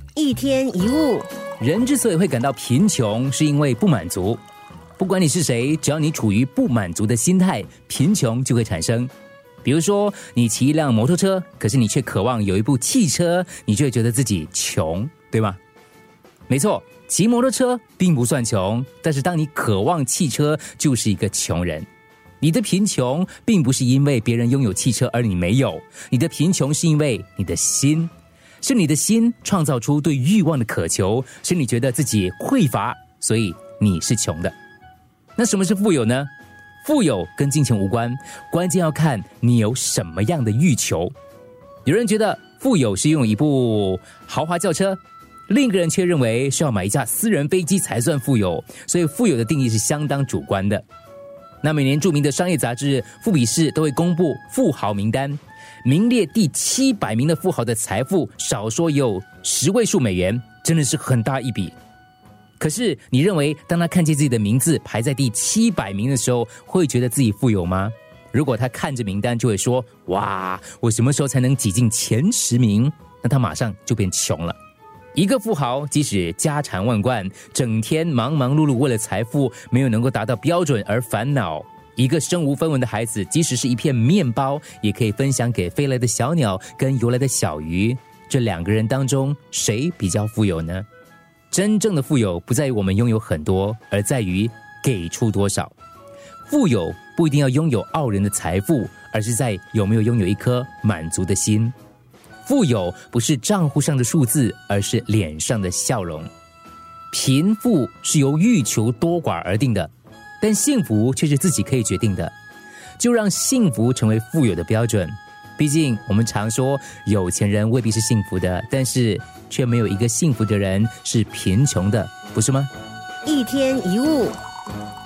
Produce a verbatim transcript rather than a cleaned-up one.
一天一物。 人之所以会感到贫穷，是因为不满足。不管你是谁，只要你处于不满足的心态，贫穷就会产生。比如说，你骑一辆摩托车，可是你却渴望有一部汽车，你就会觉得自己穷，对吗？没错，骑摩托车并不算穷，但是当你渴望汽车，就是一个穷人。你的贫穷并不是因为别人拥有汽车而你没有，你的贫穷是因为你的心，是你的心创造出对欲望的渴求，使你觉得自己匮乏，所以你是穷的。那什么是富有呢？富有跟金钱无关，关键要看你有什么样的欲求。有人觉得富有是拥有一部豪华轿车，另一个人却认为是要买一架私人飞机才算富有，所以富有的定义是相当主观的。那每年著名的商业杂志《富比士》都会公布富豪名单，名列第七百名的富豪的财富少说也有十位数美元，真的是很大一笔。可是你认为当他看见自己的名字排在第七百名的时候，会觉得自己富有吗？如果他看着名单就会说，哇，我什么时候才能挤进前十名？那他马上就变穷了。一个富豪即使家产万贯，整天忙忙碌碌为了财富没有能够达到标准而烦恼。一个身无分文的孩子，即使是一片面包也可以分享给飞来的小鸟跟游来的小鱼。这两个人当中谁比较富有呢？真正的富有不在于我们拥有很多，而在于给出多少。富有不一定要拥有傲人的财富，而是在有没有拥有一颗满足的心。富有不是账户上的数字，而是脸上的笑容。贫富是由欲求多寡而定的，但幸福却是自己可以决定的。就让幸福成为富有的标准。毕竟我们常说有钱人未必是幸福的，但是却没有一个幸福的人是贫穷的，不是吗？ 一天一物。